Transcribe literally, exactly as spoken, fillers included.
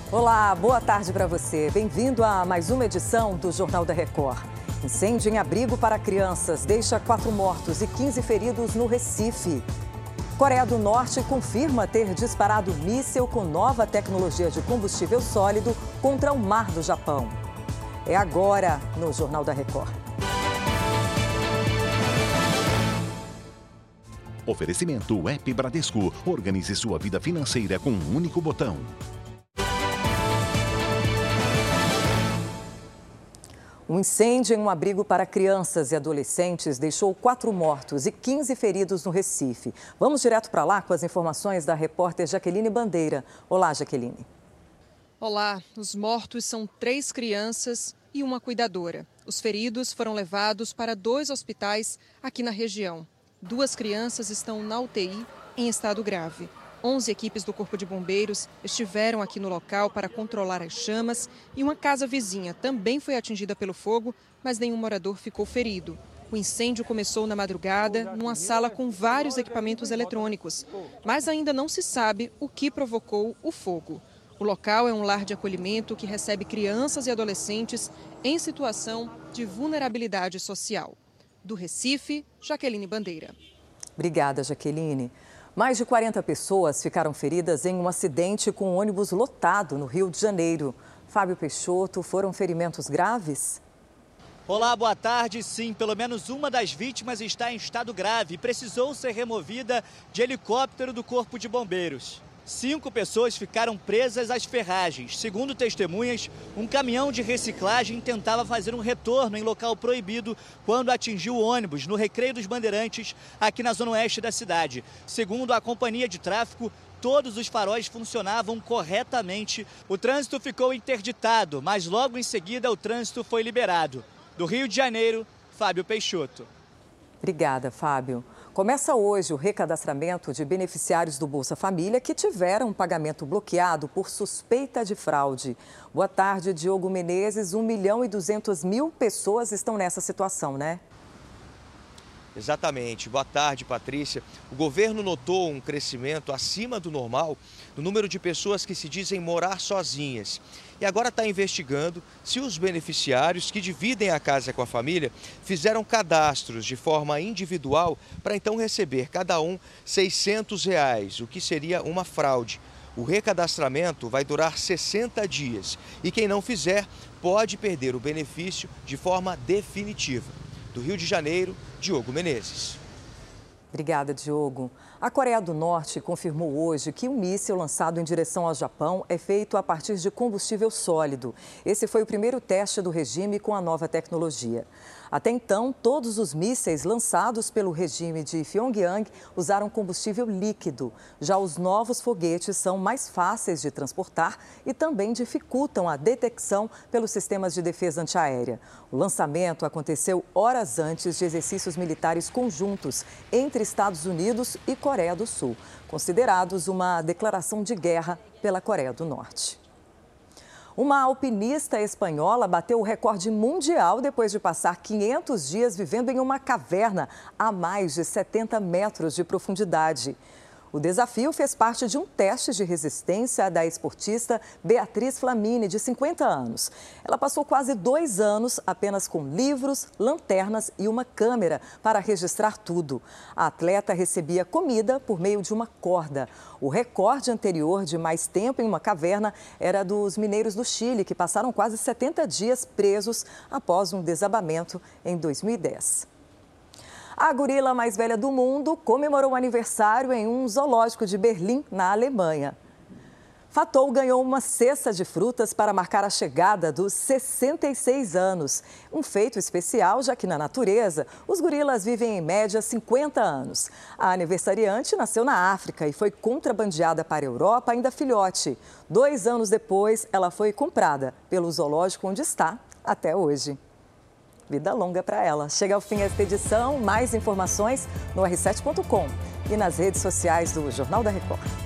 Olá, boa tarde para você. Bem-vindo a mais uma edição do Jornal da Record. Incêndio em abrigo para crianças deixa quatro mortos e quinze feridos no Recife. Coreia do Norte confirma ter disparado míssil com nova tecnologia de combustível sólido contra o mar do Japão. É agora no Jornal da Record. Oferecimento App Bradesco. Organize sua vida financeira com um único botão. Um incêndio em um abrigo para crianças e adolescentes deixou quatro mortos e quinze feridos no Recife. Vamos direto para lá com as informações da repórter Jaqueline Bandeira. Olá, Jaqueline. Olá, os mortos são três crianças e uma cuidadora. Os feridos foram levados para dois hospitais aqui na região. Duas crianças estão na U T I em estado grave. onze equipes do Corpo de Bombeiros estiveram aqui no local para controlar as chamas e uma casa vizinha também foi atingida pelo fogo, mas nenhum morador ficou ferido. O incêndio começou na madrugada, numa sala com vários equipamentos eletrônicos, mas ainda não se sabe o que provocou o fogo. O local é um lar de acolhimento que recebe crianças e adolescentes em situação de vulnerabilidade social. Do Recife, Jaqueline Bandeira. Obrigada, Jaqueline. Mais de quarenta pessoas ficaram feridas em um acidente com um ônibus lotado no Rio de Janeiro. Fábio Peixoto, foram ferimentos graves? Olá, boa tarde. Sim, pelo menos uma das vítimas está em estado grave e precisou ser removida de helicóptero do Corpo de Bombeiros. Cinco pessoas ficaram presas às ferragens. Segundo testemunhas, um caminhão de reciclagem tentava fazer um retorno em local proibido quando atingiu o ônibus no Recreio dos Bandeirantes, aqui na zona oeste da cidade. Segundo a companhia de tráfego, todos os faróis funcionavam corretamente. O trânsito ficou interditado, mas logo em seguida o trânsito foi liberado. Do Rio de Janeiro, Fábio Peixoto. Obrigada, Fábio. Começa hoje o recadastramento de beneficiários do Bolsa Família que tiveram um pagamento bloqueado por suspeita de fraude. Boa tarde, Diogo Menezes. um milhão e duzentas mil pessoas estão nessa situação, né? Exatamente. Boa tarde, Patrícia. O governo notou um crescimento acima do normal no número de pessoas que se dizem morar sozinhas. E agora está investigando se os beneficiários que dividem a casa com a família fizeram cadastros de forma individual para então receber cada um seiscentos reais, o que seria uma fraude. O recadastramento vai durar sessenta dias e quem não fizer pode perder o benefício de forma definitiva. Do Rio de Janeiro, Diogo Menezes. Obrigada, Diogo. A Coreia do Norte confirmou hoje que o míssil lançado em direção ao Japão é feito a partir de combustível sólido. Esse foi o primeiro teste do regime com a nova tecnologia. Até então, todos os mísseis lançados pelo regime de Pyongyang usaram combustível líquido. Já os novos foguetes são mais fáceis de transportar e também dificultam a detecção pelos sistemas de defesa antiaérea. O lançamento aconteceu horas antes de exercícios militares conjuntos entre Estados Unidos e Coreia do Sul, considerados uma declaração de guerra pela Coreia do Norte. Uma alpinista espanhola bateu o recorde mundial depois de passar quinhentos dias vivendo em uma caverna a mais de setenta metros de profundidade. O desafio fez parte de um teste de resistência da esportista Beatriz Flamini, de cinquenta anos. Ela passou quase dois anos apenas com livros, lanternas e uma câmera para registrar tudo. A atleta recebia comida por meio de uma corda. O recorde anterior de mais tempo em uma caverna era dos mineiros do Chile, que passaram quase setenta dias presos após um desabamento em dois mil e dez. A gorila mais velha do mundo comemorou o aniversário em um zoológico de Berlim, na Alemanha. Fatou ganhou uma cesta de frutas para marcar a chegada dos sessenta e seis anos. Um feito especial, já que na natureza, os gorilas vivem em média cinquenta anos. A aniversariante nasceu na África e foi contrabandeada para a Europa ainda filhote. Dois anos depois, ela foi comprada pelo zoológico onde está até hoje. Vida longa para ela. Chega ao fim esta edição. Mais informações no R sete ponto com e nas redes sociais do Jornal da Record.